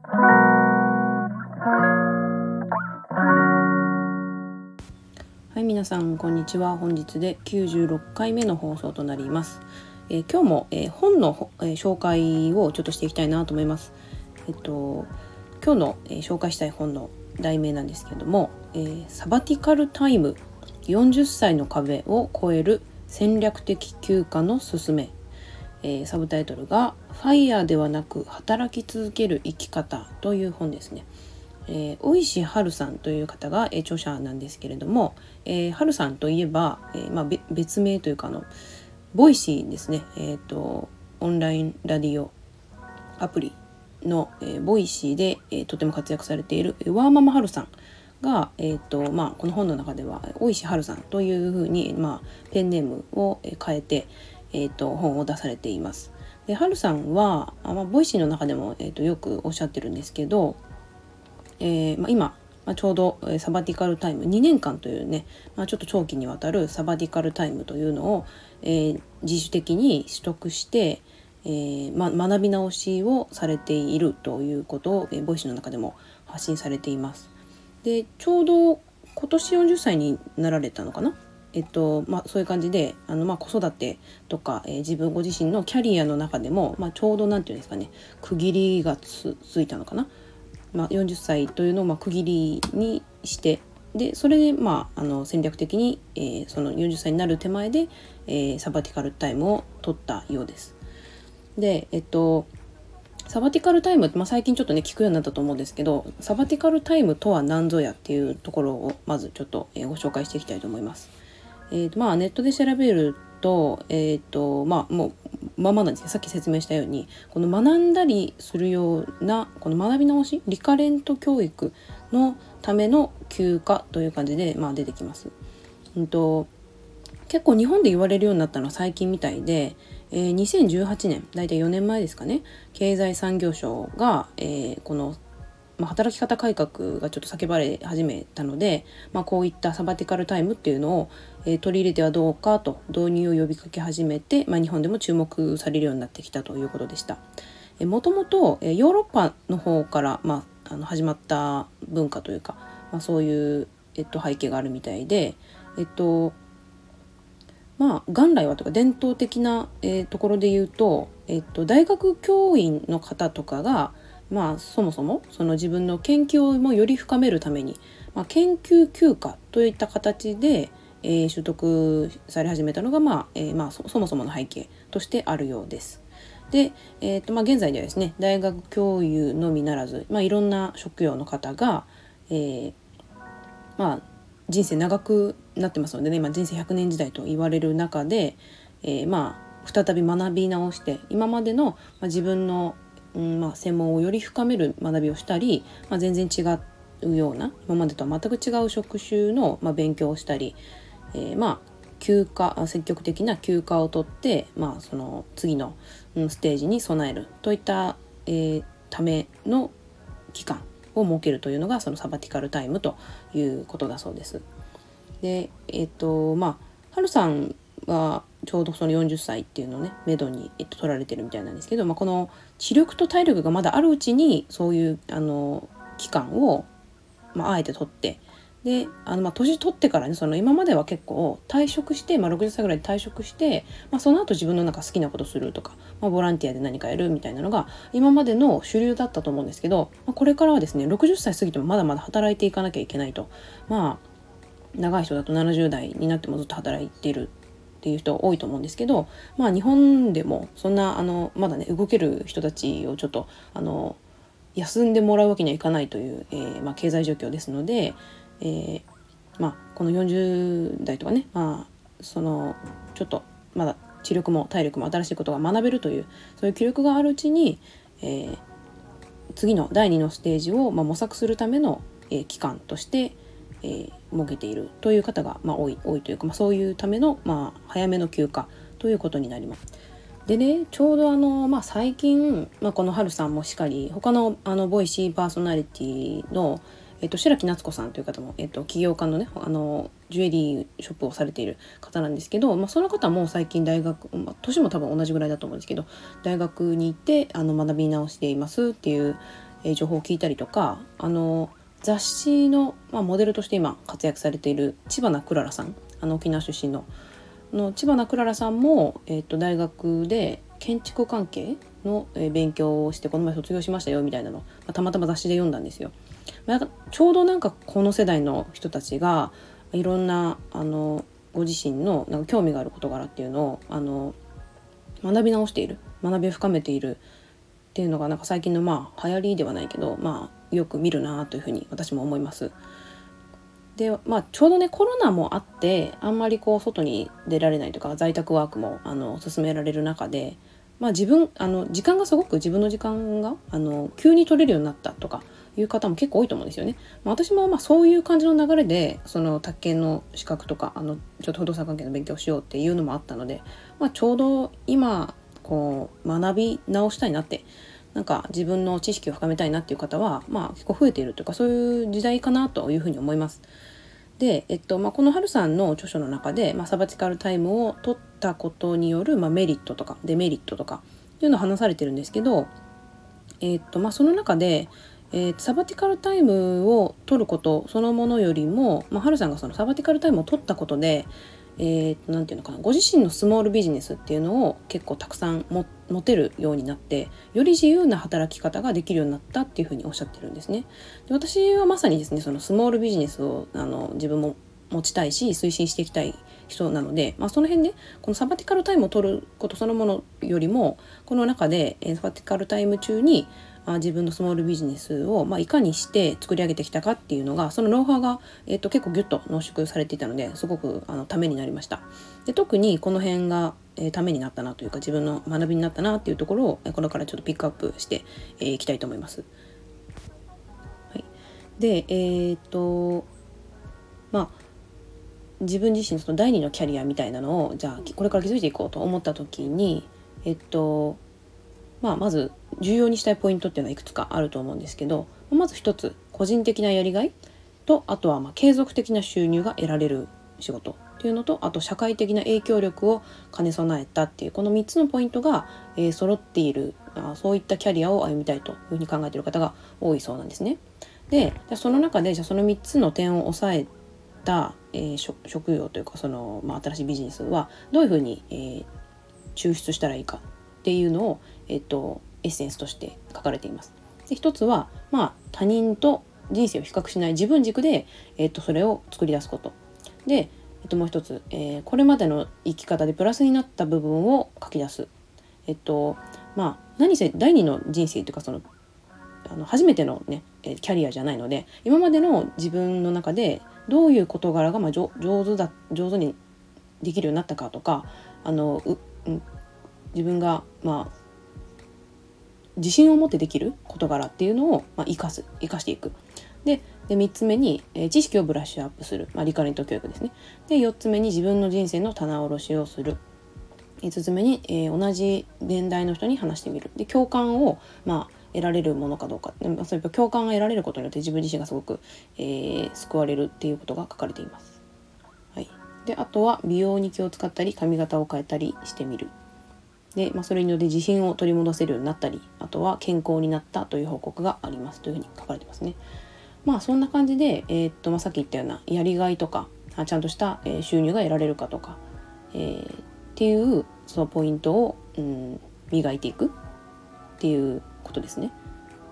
はい、皆さんこんにちは。本日で96回目の放送となります。今日も、本の、紹介をちょっとしていきたいなと思います。今日の、紹介したい本の題名なんですけれども、サバティカルタイム40歳の壁を越える戦略的休暇のすすめ、サブタイトルがファイヤーではなく働き続ける生き方という本ですね。大石春さんという方が、著者なんですけれども、春さんといえば、別名というかボイシーですね、オンラインラディオアプリの、ボイシーで、とても活躍されているワーママ春さんが、この本の中では大石春さんというふうに、ペンネームを変えて、本を出されています。で、春さんは、ボイシーの中でも、よくおっしゃってるんですけど、今、ちょうどサバティカルタイム2年間というね、ちょっと長期にわたるサバティカルタイムというのを、自主的に取得して、学び直しをされているということを、ボイスの中でも発信されています。で、ちょうど今年40歳になられたのかな。そういう感じで子育てとか、自分ご自身のキャリアの中でも、ちょうどなんていうんですかね、区切りがついたのかな。40歳というのを区切りにして、でそれで、戦略的に、その40歳になる手前で、サバティカルタイムを取ったようです。で、サバティカルタイムって、最近ちょっとね聞くようになったと思うんですけど、サバティカルタイムとは何ぞやっていうところをまずちょっと、ご紹介していきたいと思います。ネットで調べると、もうなんですけど、さっき説明したように、この学んだりするようなこの学び直し、リカレント教育のための休暇という感じで、出てきます。結構日本で言われるようになったのは最近みたいで、2018年、だいたい4年前ですかね、経済産業省が、この働き方改革がちょっと叫ばれ始めたので、こういったサバティカルタイムっていうのを、取り入れてはどうかと導入を呼びかけ始めて、日本でも注目されるようになってきたということでした。もともとヨーロッパの方から、始まった文化というか、そういう、背景があるみたいで、元来はとか伝統的な、ところで言うと、大学教員の方とかが、そもそもその自分の研究もより深めるために、研究休暇といった形で、取得され始めたのが、そもそもの背景としてあるようです。で、現在ではですね、大学教諭のみならず、いろんな職業の方が、人生長くなってますのでね、人生100年時代と言われる中で、再び学び直して、今までの、自分の、専門をより深める学びをしたり、全然違うような、今までとは全く違う職種の、勉強をしたり、休暇、積極的な休暇を取って、その次の、ステージに備えるといった、ための期間を設けるというのがそのサバティカルタイムということだそうです。で、春さんはちょうどその40歳っていうのをねめどに、取られてるみたいなんですけど、この知力と体力がまだあるうちにそういう期間を、あえて取って、で年取ってからね、その今までは結構退職して、60歳ぐらいで退職して、その後自分の好きなことするとか、ボランティアで何かやるみたいなのが今までの主流だったと思うんですけど、これからはですね、60歳過ぎてもまだまだ働いていかなきゃいけないと。長い人だと70代になってもずっと働いているっていう人多いと思うんですけど、日本でもそんなまだね動ける人たちをちょっと休んでもらうわけにはいかないという、経済状況ですので、この40代とかね、そのちょっとまだ知力も体力も新しいことが学べるという、そういう気力があるうちに、次の第2のステージを、模索するための、期間として、設けているという方が、多いというか、そういうための、早めの休暇ということになります。でね、ちょうど最近、この春さんもしっかり他のボイシーパーソナリティの、白木夏子さんという方も、起業家のねジュエリーショップをされている方なんですけど、その方も最近大学、年も多分同じぐらいだと思うんですけど、大学に行って学び直していますっていう、 情報を聞いたりとか、雑誌の、モデルとして今活躍されている知花くららさん、沖縄出身の知花くららさんも、大学で建築関係の勉強をしてこの前卒業しましたよみたいなの、たまたま雑誌で読んだんですよ。ちょうどこの世代の人たちがいろんなご自身の興味がある事柄っていうのを学び直している、学びを深めているっていうのが最近の流行りではないけど、よく見るなというふうに私も思います。でちょうどねコロナもあってあんまり外に出られないとか在宅ワークも進められる中で、自分時間がすごく自分の時間が急に取れるようになったとかいう方も結構多いと思うんですよね。私もそういう感じの流れでその宅建の資格とかちょっと不動産関係の勉強をしようっていうのもあったので、ちょうど今学び直したいなって、自分の知識を深めたいなっていう方は結構増えているというか、そういう時代かなというふうに思います。で、この春さんの著書の中で、サバティカルタイムを取ったことによる、メリットとかデメリットとかっていうのを話されてるんですけど、その中で、サバティカルタイムを取ることそのものよりも、春さんがそのサバティカルタイムを取ったことで、なんていうのかな、ご自身のスモールビジネスっていうのを結構たくさん持てるようになって、より自由な働き方ができるようになったっていうふうにおっしゃってるんですね。で、私はまさにですね、そのスモールビジネスを自分も持ちたいし推進していきたい人なので、その辺でこのサバティカルタイムを取ることそのものよりも、この中でサバティカルタイム中に自分のスモールビジネスをいかにして作り上げてきたかっていうのが、そのノウハウが、結構ギュッと濃縮されていたので、すごくためになりました。で、特にこの辺が、ためになったなというか、自分の学びになったなっていうところをこれからちょっとピックアップしていきたいと思います。はい、で自分自身のその第二のキャリアみたいなのをじゃあこれから築いていこうと思った時に、まず重要にしたいポイントっていうのはいくつかあると思うんですけど、まず一つ、個人的なやりがいと、あとは継続的な収入が得られる仕事っていうのと、あと社会的な影響力を兼ね備えたっていう、この3つのポイントが、揃っている、そういったキャリアを歩みたいというふうに考えている方が多いそうなんですね。で、その中でその3つの点を抑えた、職業というか新しいビジネスはどういうふうに、抽出したらいいかっていうのを、エッセンスとして書かれています。で、一つは、他人と人生を比較しない自分軸で、それを作り出すことで、もう一つ、これまでの生き方でプラスになった部分を書き出す。何せ第二の人生というか初めてのねキャリアじゃないので、今までの自分の中でどういう事柄が上手にできるようになったかとか、自分が自信を持ってできる事柄っていうのを生かしていく。で3つ目に、知識をブラッシュアップする、リカレント教育ですね。で4つ目に自分の人生の棚卸しをする。5つ目に、同じ年代の人に話してみる。で、共感を得られるものかどうか。そういった共感が得られることによって自分自身がすごく、救われるっていうことが書かれています。はい。で、あとは美容に気を使ったり髪型を変えたりしてみる。で、それによって自信を取り戻せるようになったり、あとは健康になったという報告がありますというふうに書かれてますね。そんな感じで、さっき言ったようなやりがいとかちゃんとした収入が得られるかとか、っていうそのポイントを、磨いていくっていうことですね。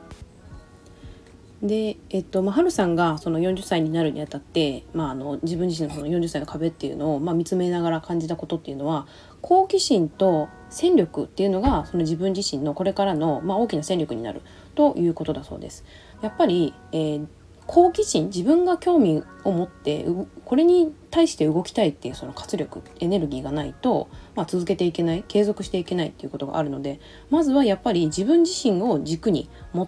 で、春さんがその40歳になるにあたって、自分自身のその40歳の壁っていうのを、見つめながら感じたことっていうのは、好奇心と戦力っていうのがその自分自身のこれからの、大きな戦力になるということだそうです。やっぱり、好奇心、自分が興味を持ってこれに対して動きたいっていうその活力、エネルギーがないと、続けていけない、継続していけないっていうことがあるので、まずはやっぱり自分自身を軸に持って、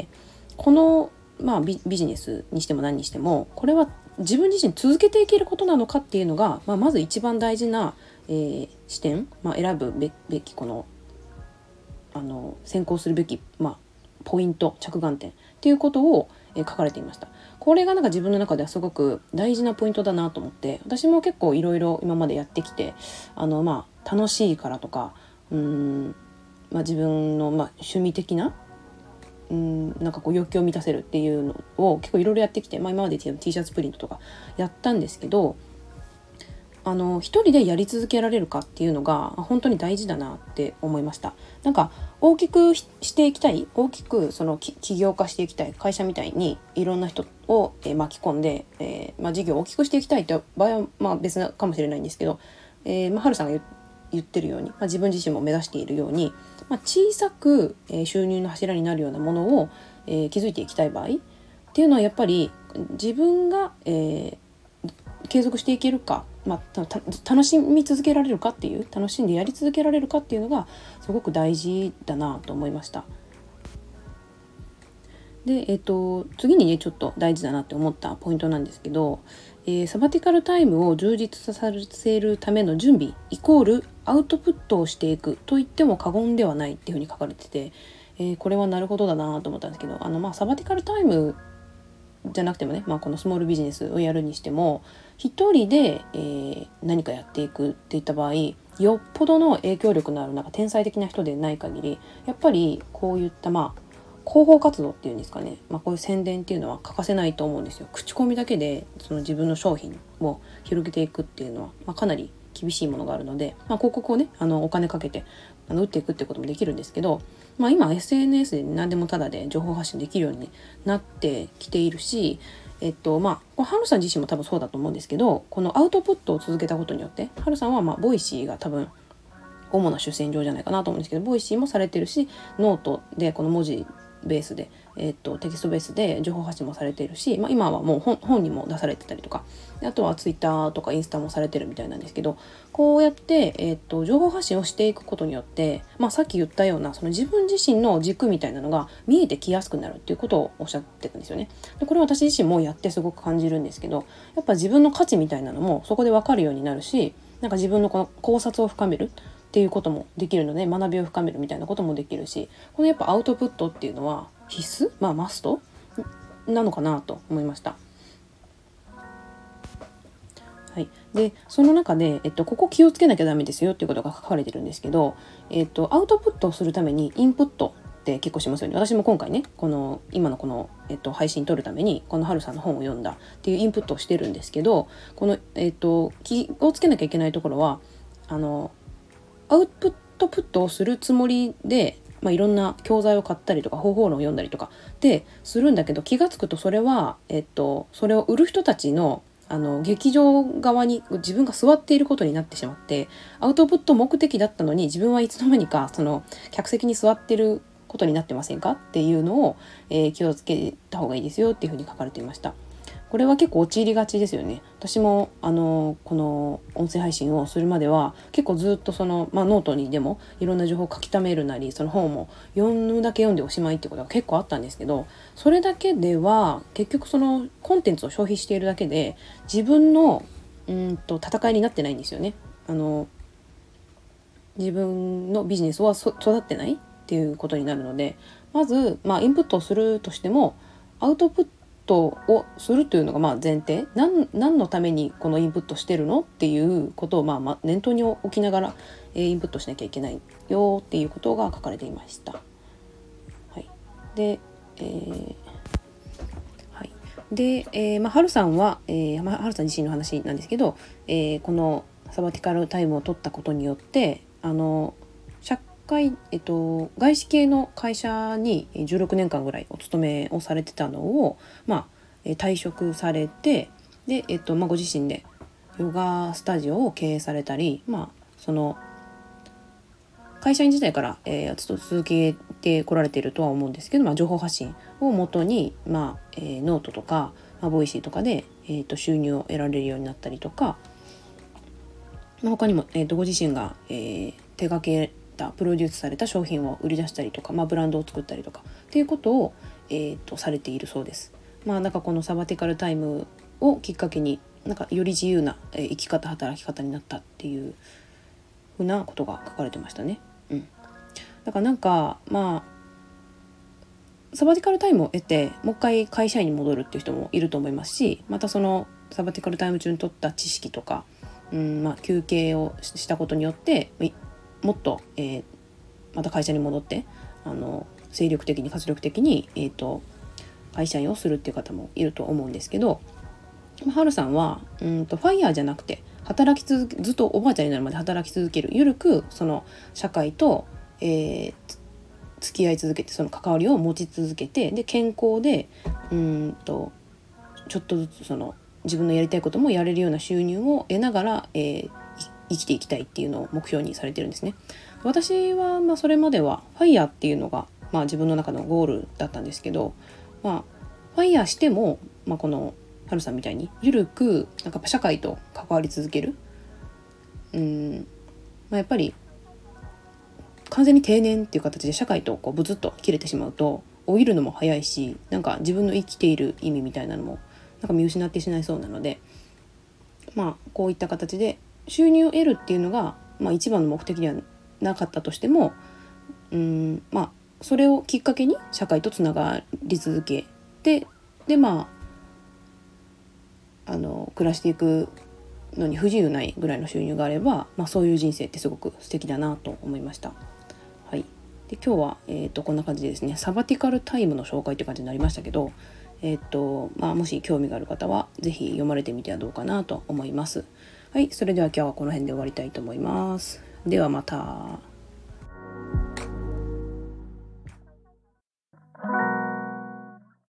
このビジネスにしても何にしてもこれは自分自身続けていけることなのかっていうのが、まず一番大事な、視点、選ぶべき先行するべき、ポイント、着眼点っていうことを、書かれていました。これが自分の中ではすごく大事なポイントだなと思って、私も結構いろいろ今までやってきて楽しいからとか自分の趣味的ななんかこう欲求を満たせるっていうのを結構いろいろやってきて、今まで T シャツプリントとかやったんですけど、一人でやり続けられるかっていうのが本当に大事だなって思いました。なんか大きくしていきたい、大きくその起業化していきたい会社みたいにいろんな人を巻き込んで、事業を大きくしていきたいという場合は別かもしれないんですけど、はるさんが言ってるように、自分自身も目指しているように、小さく収入の柱になるようなものを築いていきたい場合っていうのはやっぱり自分が継続していけるか、楽しみ続けられるかっていう、楽しんでやり続けられるかっていうのがすごく大事だなと思いました。で、次にねちょっと大事だなって思ったポイントなんですけど、サバティカルタイムを充実させるための準備イコールアウトプットをしていくと言っても過言ではないっていうふうに書かれてて、これはなるほどだなと思ったんですけど、サバティカルタイムじゃなくてもね、このスモールビジネスをやるにしても一人で、何かやっていくっていった場合、よっぽどの影響力のある天才的な人でない限り、やっぱりこういった広報活動っていうんですかね、こういう宣伝っていうのは欠かせないと思うんですよ。口コミだけでその自分の商品を広げていくっていうのは、かなり厳しいものがあるので、広告をねお金かけて打っていくってこともできるんですけど、今 SNS で何でもタダで情報発信できるようになってきているし、ハルさん自身も多分そうだと思うんですけど、このアウトプットを続けたことによってハルさんはボイシーが多分主な主戦場じゃないかなと思うんですけど、ボイシーもされてるし、ノートでこの文字ベースで、テキストベースで情報発信もされているし、今はもう本にも出されてたりとか、あとはツイッターとかインスタもされてるみたいなんですけど、こうやって、情報発信をしていくことによって、さっき言ったようなその自分自身の軸みたいなのが見えてきやすくなるっていうことをおっしゃってたんですよね。でこれは私自身もやってすごく感じるんですけど、やっぱ自分の価値みたいなのもそこで分かるようになるし、自分のこの考察を深めるっていうこともできるので、学びを深めるみたいなこともできるし、このやっぱアウトプットっていうのは必須、マストなのかなと思いました。はい、でその中で、ここ気をつけなきゃダメですよっていうことが書かれてるんですけど、アウトプットをするためにインプットって結構しますよね。私も今回ね今のこの、配信撮るためにこの春さんの本を読んだっていうインプットをしてるんですけど、この、気をつけなきゃいけないところはアウトプットをするつもりで、いろんな教材を買ったりとか方法論を読んだりとかでするんだけど、気がつくとそれは、それを売る人たちの劇場側に自分が座っていることになってしまって、アウトプット目的だったのに自分はいつの間にかその客席に座ってることになってませんかっていうのを、気をつけた方がいいですよっていうふうに書かれていました。これは結構陥りがちですよね。私もこの音声配信をするまでは結構ずっとノートにでもいろんな情報を書き溜めるなり、その本も読むだけ読んでおしまいってことが結構あったんですけど、それだけでは結局そのコンテンツを消費しているだけで自分の戦いになってないんですよね。自分のビジネスは育ってないっていうことになるので、まず、インプットをするとしてもアウトプットをするというのが前提、何のためにこのインプットしてるのっていうことを念頭に置きながらインプットしなきゃいけないよっていうことが書かれていました。はい、で、はるさんは、はるさん自身の話なんですけど、このサバティカルタイムを取ったことによって外資系の会社に16年間ぐらいお勤めをされてたのを、退職されて、で、ご自身でヨガスタジオを経営されたり、その会社員時代から、続けてこられているとは思うんですけど、情報発信をもとに、ノートとか、ボイシーとかで、収入を得られるようになったりとか、他にも、ご自身が、手掛けプロデュースされた商品を売り出したりとか、ブランドを作ったりとかっていうことを、されているそうです。このサバティカルタイムをきっかけにより自由な、生き方働き方になったっていうふうなことが書かれてましたね。だからサバティカルタイムを得てもう一回会社員に戻るっていう人もいると思いますし、またそのサバティカルタイム中に取った知識とか、休憩をしたことによってもっと、また会社に戻って精力的に活力的に、会社員をするっていう方もいると思うんですけど、はるさんはファイヤーじゃなくてずっとおばあちゃんになるまで働き続ける、ゆるくその社会と、付き合い続けて、その関わりを持ち続けて、で健康でちょっとずつその自分のやりたいこともやれるような収入を得ながら、生きていきたいっていうのを目標にされてるんですね。私はそれまではファイヤーっていうのが、自分の中のゴールだったんですけど、ファイヤーしても、このはるさんみたいにゆるく社会と関わり続ける、やっぱり完全に定年っていう形で社会とブツッと切れてしまうと老いるのも早いし、自分の生きている意味みたいなのも見失ってしまいそうなので、こういった形で収入を得るっていうのが、一番の目的ではなかったとしても、それをきっかけに社会とつながり続けて、で暮らしていくのに不自由ないぐらいの収入があれば、そういう人生ってすごく素敵だなと思いました。はい。で今日は、こんな感じでですね、サバティカルタイムの紹介って感じになりましたけど、もし興味がある方はぜひ読まれてみてはどうかなと思います。はい、それでは今日はこの辺で終わりたいと思います。ではまた。